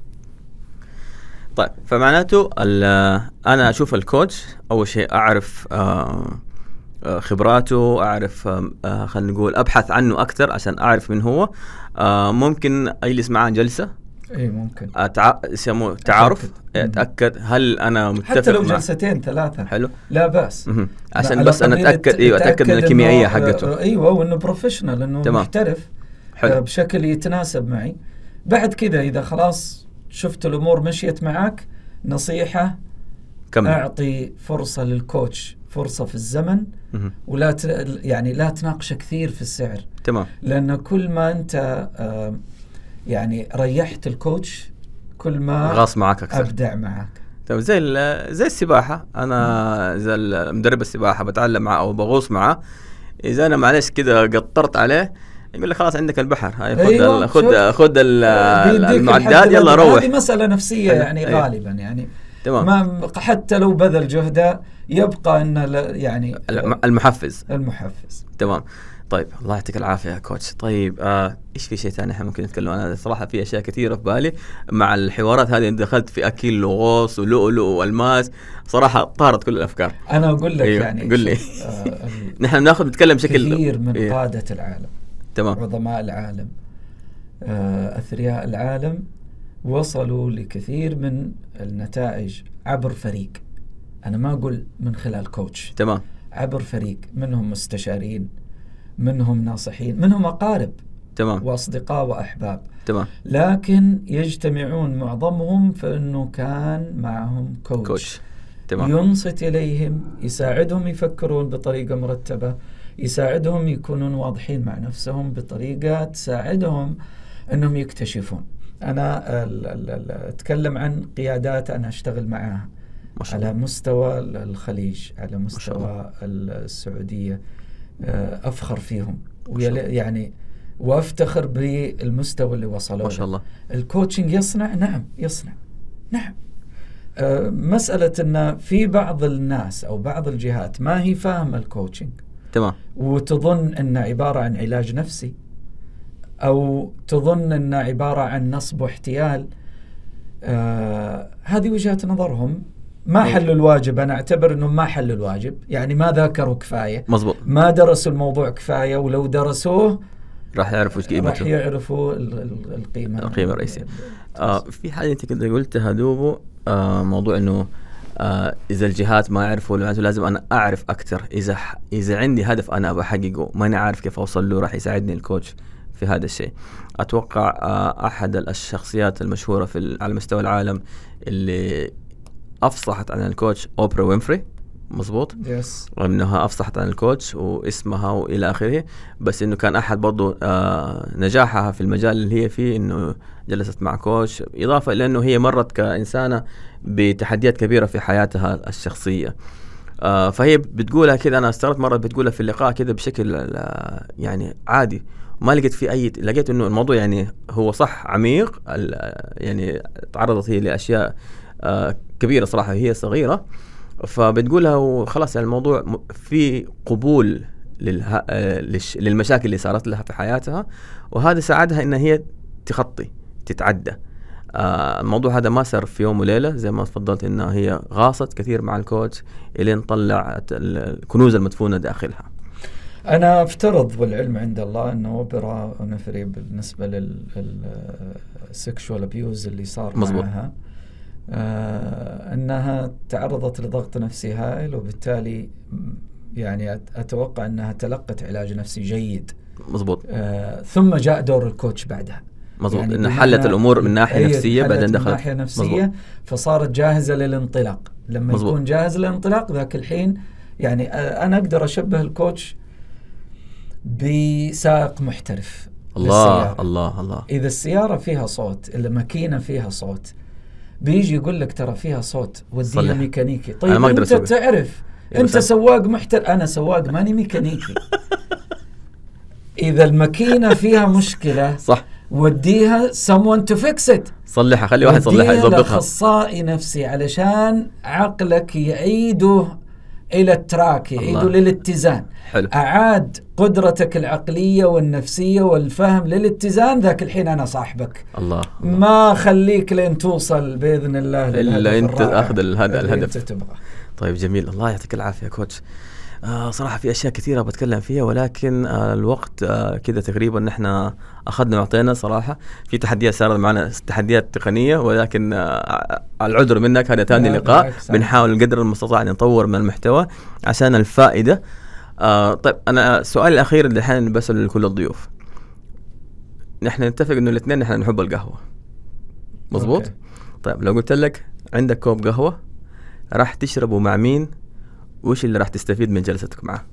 طيب فمعناته انا اشوف الكوتش اول شيء اعرف آه آه خبراته، اعرف آه خلينا نقول ابحث عنه اكثر عشان اعرف من هو. آه ممكن اجلس معاه جلسه اي ممكن أتع... يسموه تعارف، أتأكد. اتاكد هل انا متفق حتى لو مع... جلستين ثلاثة حلو. لا بأس. مهم. عشان على بس انا قبيل اتاكد الت- ايوه اتاكد من تتأكد الكيميائيه إنه- حقته. ايوه وانه بروفيشنال، انه تمام. محترف حلو. آه، بشكل يتناسب معي. بعد كذا اذا خلاص شفت الامور مشيت معك، نصيحة كمل. اعطي فرصة للكوتش، فرصة في الزمن، مهم. ولا ت... يعني لا تناقش كثير في السعر، تمام. لأن كل ما أنت آه، يعني ريحت الكوتش كل ما غاص معك اكثر. أبدع معك. طيب زي ال- زي السباحة، أنا زي ال- مدرب السباحة بتعلم معه أو بغوص معه، إذا أنا معلش كده قطرت عليه يقول لي خلاص عندك البحر، هاي خذ أيوة، ال- خذ شوف. خذ ال- بيديك المعدات الحد يلا الأدنى. روح. هذه مسألة نفسية حلو. يعني أيوة. غالبا يعني تمام. ما حتى لو بذل جهده يبقى أن لا- يعني الم- المحفز. المحفز. تمام. طيب الله يعطيك العافيه يا كوتش. طيب آه ايش في شيء ثاني احنا ممكن نتكلم عنه؟ صراحه في اشياء كثيره في بالي مع الحوارات هذه. انت دخلت في اكل وغوص ولؤلؤ والماس، صراحه طارت كل الافكار. انا اقول لك أيوه. يعني قل لي. آه نحن بناخذ نتكلم بشكل كثير من إيه. قاده العالم، تمام، عظماء العالم، آه اثرياء العالم، وصلوا لكثير من النتائج عبر فريق. انا ما اقول من خلال كوتش، تمام، عبر فريق، منهم مستشارين، منهم ناصحين، منهم أقارب، تمام، وأصدقاء وأحباب، تمام، لكن يجتمعون معظمهم فإنه كان معهم كوتش, كوتش. تمام. ينصت إليهم، يساعدهم يفكرون بطريقة مرتبة، يساعدهم يكونون واضحين مع نفسهم بطريقة تساعدهم أنهم يكتشفون. أنا ال ال ال أتكلم عن قيادات أنا أشتغل معها على مستوى الخليج، على مستوى السعودية، أفخر فيهم يعني وأفتخر بالمستوى اللي وصلوا. ما شاء الله. الكوتشنج يصنع، نعم يصنع، نعم. أه مسألة أن في بعض الناس أو بعض الجهات ما هي فاهمة الكوتشنج، تمام، وتظن أنه عبارة عن علاج نفسي، أو تظن أنه عبارة عن نصب واحتيال. أه هذه وجهة نظرهم، ما حلوا الواجب. أنا أعتبر أنهم ما حلوا الواجب، يعني ما ذاكروا كفاية، مزبوط، ما درسوا الموضوع كفاية، ولو درسوه راح يعرفوا ايش قيمته، راح يعرفوا القيمة القيمة الرئيسية. آه في حاجة انت كنت قلتها دوبو، آه موضوع انه آه اذا الجهات ما يعرفوا لازم انا اعرف اكثر. اذا اذا عندي هدف انا ابغى احققه ماني عارف كيف اوصل له، راح يساعدني الكوتش في هذا الشيء. اتوقع آه احد الشخصيات المشهورة في على مستوى العالم اللي افصحت عن الكوتش اوبرا وينفري، مظبوط، يس. انها افصحت عن الكوتش واسمها والى اخره، بس انه كان احد برضو آه نجاحها في المجال اللي هي فيه انه جلست مع كوتش، اضافه الى انه هي مرت كانسانه بتحديات كبيره في حياتها الشخصيه. آه فهي بتقولها كذا، انا استغربت مره بتقولها في اللقاء كذا بشكل آه يعني عادي، ما لقيت في اي، لقيت انه الموضوع يعني هو صح عميق، يعني تعرضت هي لاشياء آه كبيره صراحه هي صغيره، فبتقولها وخلاص يعني الموضوع في قبول للها للمشاكل اللي صارت لها في حياتها، وهذا ساعدها ان هي تخطي تتعدى. آه الموضوع هذا ما صار في يوم وليلة، زي ما تفضلت انها هي غاصت كثير مع الكوتش الين طلعت الكنوز المدفونة داخلها. انا افترض والعلم عند الله انه اوبرا ونفري بالنسبة للسكشوال ابيوز اللي صار مزبوط. معها آه أنها تعرضت لضغط نفسي هائل، وبالتالي يعني أتوقع أنها تلقت علاج نفسي جيد. مزبوط. آه ثم جاء دور الكوتش بعدها، مزبوط، يعني إن حلت الأمور من ناحية نفسية، بعدين دخلت من ناحية نفسية، فصارت جاهزة للانطلاق. لما مزبوط. يكون جاهز للانطلاق ذاك الحين يعني آه أنا أقدر أشبه الكوتش بسائق محترف. الله الله الله. إذا السيارة فيها صوت، الماكينة فيها صوت، بيجي يقول لك ترى فيها صوت وديها ميكانيكي. طيب انت أسوق. تعرف انت سواق محترف، انا سواق ماني ميكانيكي. اذا الماكينة فيها مشكلة صح، وديها someone to fix it، صلحها، خلي واحد يصلحها يضبطها، اخصائي نفسي علشان عقلك يعيده الى التراك، يعيده للاتزان. حلو. اعاد قدرتك العقلية والنفسية والفهم للاتزان، ذاك الحين انا صاحبك. الله. ما خليك لين توصل باذن الله الا انت اخذ هذا الهدف انت تبغى. طيب جميل، الله يعطيك العافيه يا كوتش. آه صراحه في اشياء كثيره بتكلم فيها، ولكن آه الوقت آه كذا تقريبا نحن اخذنا وعطينا. صراحه في تحديات صارت معنا، تحديات تقنيه، ولكن آه العذر منك، هذا ثاني لقاء بنحاول قدر المستطاع ان نطور من المحتوى عشان الفائده. آه طيب انا السؤال الاخير اللي الحين بسأله لكل الضيوف، نحن نتفق انه الاثنين نحن نحب القهوه، مزبوط؟ أوكي. طيب لو قلت لك عندك كوب قهوه راح تشربه مع مين، وش اللي راح تستفيد من جلستك معه؟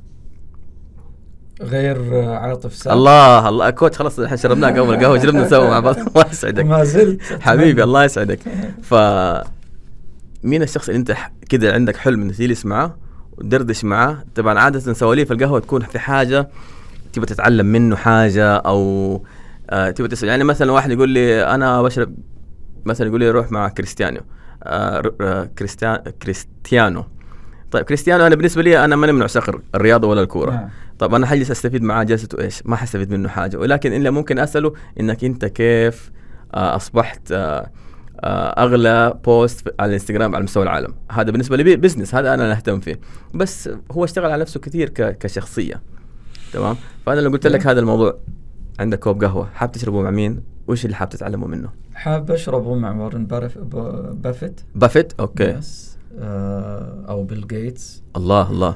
غير عاطف سام. الله الله كوتش، خلاص الحين شربناك اول قهوه، شربنا سوا مع بعض. الله يسعدك. ما زلت حبيبي، الله يسعدك. ف مين الشخص اللي انت كده عندك حلم انك تجلس معه ودردش معه؟ طبعا عاده سواليف القهوه تكون في حاجه تبغى تتعلم منه حاجه، او آه تبغى تسأل. يعني مثلا واحد يقول لي انا بشرب، مثلا يقول لي روح مع كريستيانو آه كريستيان كريستيانو طيب كريستيانو انا بالنسبه لي انا ماني من عشاق الرياضه ولا الكوره، طب انا حجلس استفيد معاه جلسته ايش؟ ما حستفيد منه حاجه، ولكن الا ممكن اساله انك انت كيف آه اصبحت آه آه اغلى بوست على الانستغرام على مستوى العالم. هذا بالنسبه لي بزنس، هذا انا اهتم فيه، بس هو اشتغل على نفسه كثير كشخصيه. تمام. فانا لو قلت لك هذا الموضوع، عندك كوب قهوه حاب تشربه مع مين؟ وش اللي حاب تتعلمه منه؟ حاب اشربه مع وارن بافيت. بافيت اوكي. يس. آه او بيل جيتس. الله الله.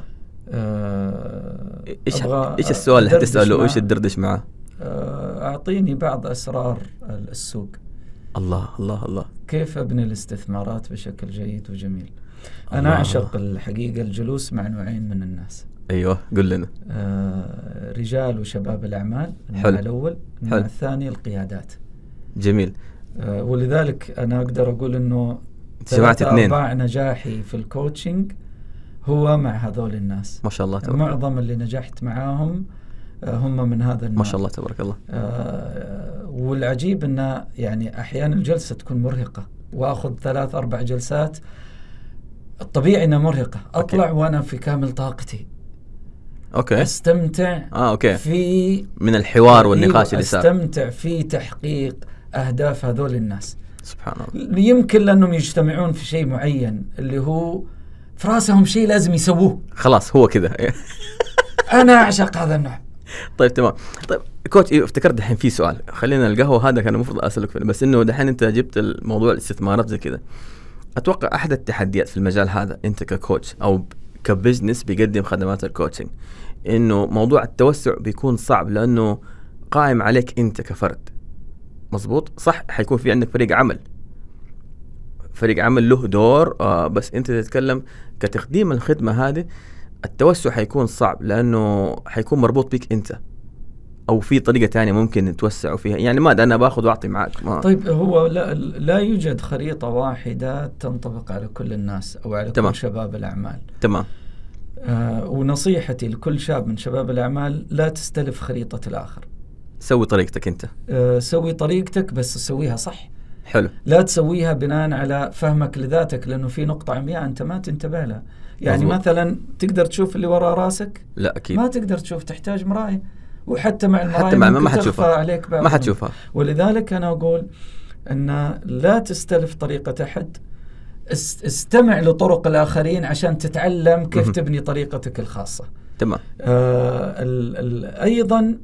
آه ايش ايش السؤال اللي حتساله؟ وايش الدردش معه؟ آه اعطيني بعض اسرار السوق. الله الله الله. كيف ابني الاستثمارات بشكل جيد وجميل. انا اعشق الحقيقه الجلوس مع نوعين من الناس. ايوه قل لنا. آه رجال وشباب الاعمال النوع الاول، النوع الثاني القيادات. جميل. آه ولذلك انا اقدر اقول انه جمعت اثنين. ارباع نجاحي في الكوتشنج هو مع هذول الناس. ما شاء الله تبارك. معظم اللي نجحت معاهم آه هم من هذا النوع. ما شاء الله تبارك الله. آه والعجيب انه يعني احيانا الجلسه تكون مرهقه، واخذ ثلاث اربع جلسات الطبيعي انها مرهقه، اطلع أوكي. وانا في كامل طاقتي. اوكي. استمتع اه اوكي في من الحوار والنقاش اللي صار. استمتع في تحقيق اهداف هذول الناس. سبحان الله. يمكن لانهم يجتمعون في شيء معين اللي هو في راسهم شيء لازم يسووه. خلاص هو كذا. انا اعشق هذا النوع. طيب تمام. طيب كوتش افتكرت دحين في سؤال، خلينا القهوه هذا كان المفروض اسالك فيه، بس انه دحين انت جبت الموضوع الاستثمارات زي كذا. اتوقع احد التحديات في المجال هذا انت ككوتش او كبزنس بيقدم خدمات الكوتشنج، انه موضوع التوسع بيكون صعب لانه قائم عليك انت كفرد. مزبوط صح؟ حيكون في عندك فريق عمل، فريق عمل له دور آه بس انت تتكلم كتقديم الخدمة هذه. التوسع حيكون صعب لانه حيكون مربوط بك انت، او في طريقة تانية ممكن توسعوا فيها. يعني ما انا باخذ واعطي معك. ما طيب هو لا, لا يوجد خريطة واحدة تنطبق على كل الناس او على تمام. كل شباب الاعمال. تمام. آه ونصيحتي لكل شاب من شباب الاعمال، لا تستلف خريطة الاخر، سوي طريقتك انت. آه سوي طريقتك بس سويها صح. حلو. لا تسويها بناء على فهمك لذاتك، لانه في نقطة عمياء انت ما تنتبه لها. يعني مزبوط. مثلا تقدر تشوف اللي وراء راسك؟ لا اكيد ما تقدر تشوف، تحتاج مراية، وحتى مع المراية حتى مع ما حتشوفها عليك ما حتشوفها. ولذلك انا اقول ان لا تستلف طريقة احد، استمع لطرق الاخرين عشان تتعلم كيف تبني طريقتك الخاصة. تمام. آه ال ال ايضا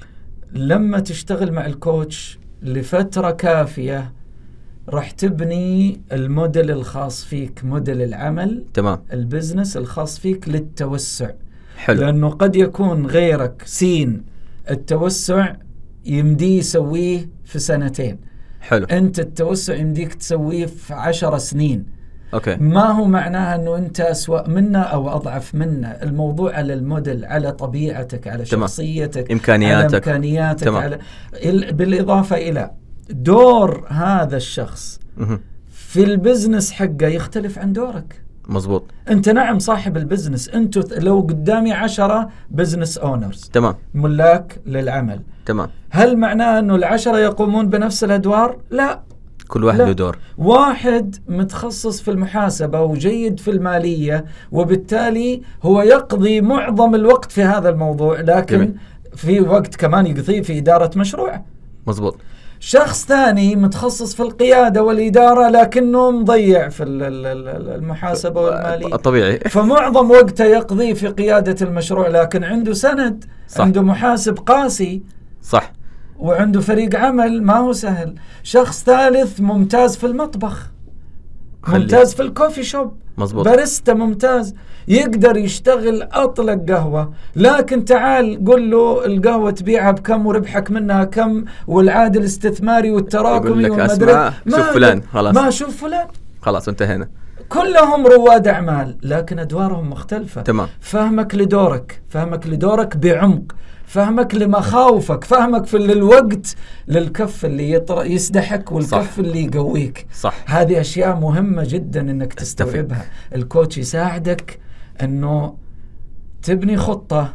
لما تشتغل مع الكوتش لفترة كافية راح تبني الموديل الخاص فيك، موديل العمل. تمام. البزنس الخاص فيك للتوسع. حلو. لأنه قد يكون غيرك سين التوسع يمدي يسويه في سنتين. حلو. أنت التوسع يمديك تسويه في عشر سنين. أوكي. ما هو معناها أنه أنت أسوأ منا أو أضعف منا. الموضوع على الموديل، على طبيعتك، على تمام. شخصيتك، إمكانياتك. على إمكانياتك. تمام. على بالإضافة إلى دور هذا الشخص مه. في البزنس حقه يختلف عن دورك. مزبوط. أنت نعم صاحب البزنس، أنتوا لو قدامي عشرة بزنس أونرز، تمام، ملاك للعمل، تمام، هل معناه أنه العشرة يقومون بنفس الأدوار؟ لا، كل واحد له دور. واحد متخصص في المحاسبة وجيد في المالية، وبالتالي هو يقضي معظم الوقت في هذا الموضوع، لكن جميل. في وقت كمان يقضيه في إدارة مشروع. مزبوط. شخص ثاني متخصص في القيادة والإدارة لكنه مضيع في المحاسبة والمالية طبيعي، فمعظم وقته يقضي في قيادة المشروع، لكن عنده سند، صح. عنده محاسب قاسي، صح، وعنده فريق عمل ما هو سهل. شخص ثالث ممتاز في المطبخ، خلي. ممتاز في الكوفي شوب، مزبوط. باريستا ممتاز، يقدر يشتغل أطلق قهوة، لكن تعال قل له القهوة تبيعها بكم وربحك منها كم والعائد الاستثماري والتراكمي والمدري، شوف فلان، خلاص ما شوف فلان، خلاص انتهينا. كلهم رواد أعمال لكن أدوارهم مختلفة. تمام. فهمك لدورك، فهمك لدورك بعمق، فهمك لمخاوفك، فهمك في الوقت للكف اللي يسدحك والكف صح. اللي يقويك، صح. هذه أشياء مهمة جدا أنك تستوعبها. الكوتش يساعدك أنه تبني خطة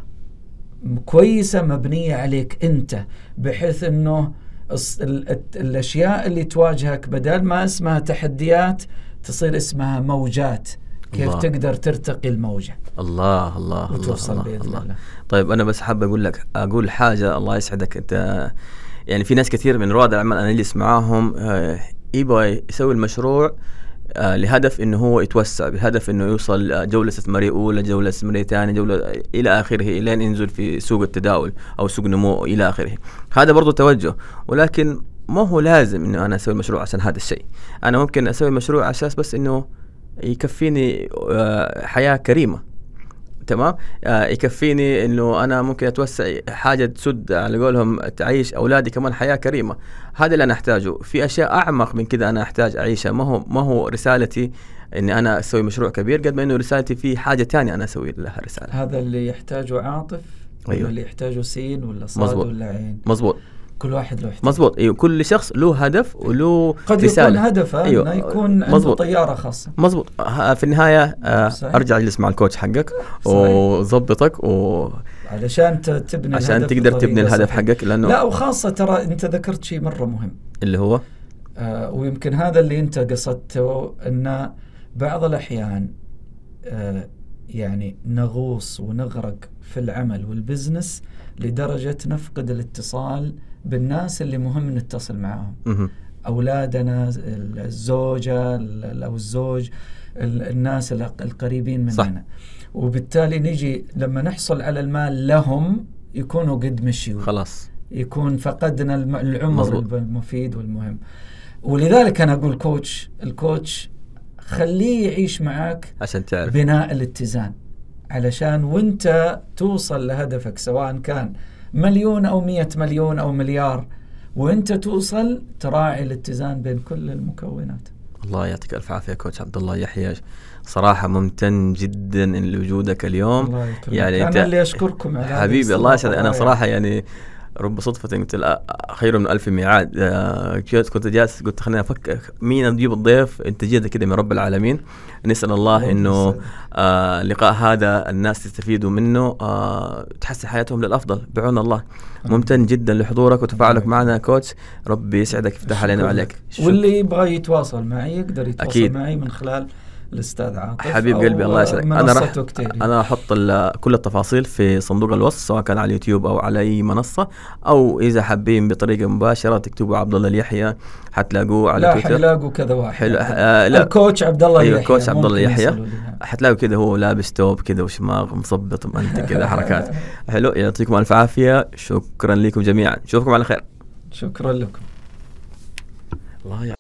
كويسة مبنية عليك أنت، بحيث أنه الأشياء اللي تواجهك بدل ما اسمها تحديات تصير اسمها موجات. كيف الله. تقدر ترتقي الموجة الله الله وتوصل الله بإذن الله. الله. طيب أنا بس حابب أقول لك أقول حاجة، الله يسعدك أنت. يعني في ناس كثير من رواد الأعمال أنا أجلس معاهم آه يبغى يسوي المشروع آه لهدف إنه هو يتوسع، بهدف إنه يوصل جولة استثمارية أولى، جولة استثمارية ثانية، جولة إلى آخره، إلى أن ينزل في سوق التداول أو سوق نمو إلى آخره. هذا برضو توجه، ولكن ما هو لازم إنه أنا أسوي مشروع عشان هذا الشيء. أنا ممكن أسوي مشروع عشان بس إنه يكفيني آه حياة كريمة، تمام. آه يكفيني انه انا ممكن اتوسع حاجه تسد على قولهم تعيش اولادي كمان حياه كريمه. هذا اللي انا احتاجه. في اشياء اعمق من كذا انا احتاج اعيشها. ما هو ما هو رسالتي اني انا اسوي مشروع كبير، قد ما انه رسالتي في حاجه تانية انا اسوي لها رساله. هذا اللي يحتاجه عاطف، أيوه. ولا اللي يحتاجه سين ولا صاد مزبوط. ولا عين. مظبوط كل واحد له احتياج. مظبوط. ايوه كل شخص له هدف وله قد رسالة. يكون هدفه أيوه. انه يكون عنده مزبوط. طياره خاصه. مظبوط. في النهايه آه ارجع اجلس مع الكوتش حقك وظبطك و علشان تبني عشان تقدر تبني الهدف حقك. لانه لا، وخاصه ترى انت ذكرت شيء مره مهم اللي هو آه ويمكن هذا اللي انت قصدته، ان بعض الاحيان آه يعني نغوص ونغرق في العمل والبزنس لدرجه نفقد الاتصال بالناس اللي مهم نتصل معهم. م- أولادنا، الزوجة أو الزوج، الناس القريبين مننا. صح. وبالتالي نجي لما نحصل على المال لهم يكونوا قد مشيوا، خلاص يكون فقدنا العمر مزبوط. المفيد والمهم. ولذلك أنا أقول كوتش الكوتش خليه يعيش معك عشان تعرف بناء الاتزان، علشان وانت توصل لهدفك سواء كان مليون أو مية مليون أو مليار، وانت توصل تراعي الاتزان بين كل المكونات. الله يعطيك الف عافيه كوتش عبد الله يحيى، صراحه ممتن جدا لوجودك اليوم. الله يعني انا انت اللي اشكركم على حبيبي. الله يسعدك. انا صراحه يعني رب صدفة قلت خير من ألف ميعاد. كنت جالس قلت خلينا أفكر مين نجيب الضيف، أنت جيت كده من رب العالمين. نسأل الله إنه آه لقاء هذا الناس تستفيدوا منه، آه تحسن حياتهم للأفضل بعون الله. ممتن جدا لحضورك وتفاعلك معنا كوتش. ربي يسعدك يفتح علينا وعليك. واللي يبغى يتواصل معي يقدر يتواصل أكيد. معي من خلال الأستاذ عاطف حبيب قلبي. الله يسعدك. أنا راح كتيري. أنا أحط كل التفاصيل في صندوق الوصف، سواء كان على اليوتيوب أو على أي منصة، أو إذا حابين بطريقة مباشرة تكتبوا عبد الله اليحيى حتلاقوه على لا تويتر. لا حيلاقوا كذا واحد. حلو. آه لا. الكوتش عبد الله أيوة يحيى. كوتش عبد الله يحيى. لي. حتلاقوا كذا هو لابس توب كذا وشماغ مصبط أنت كذا حركات. حلو. يعطيكم ألف عافية. شكرا لكم جميعا. نشوفكم على خير. شكرا لكم. الله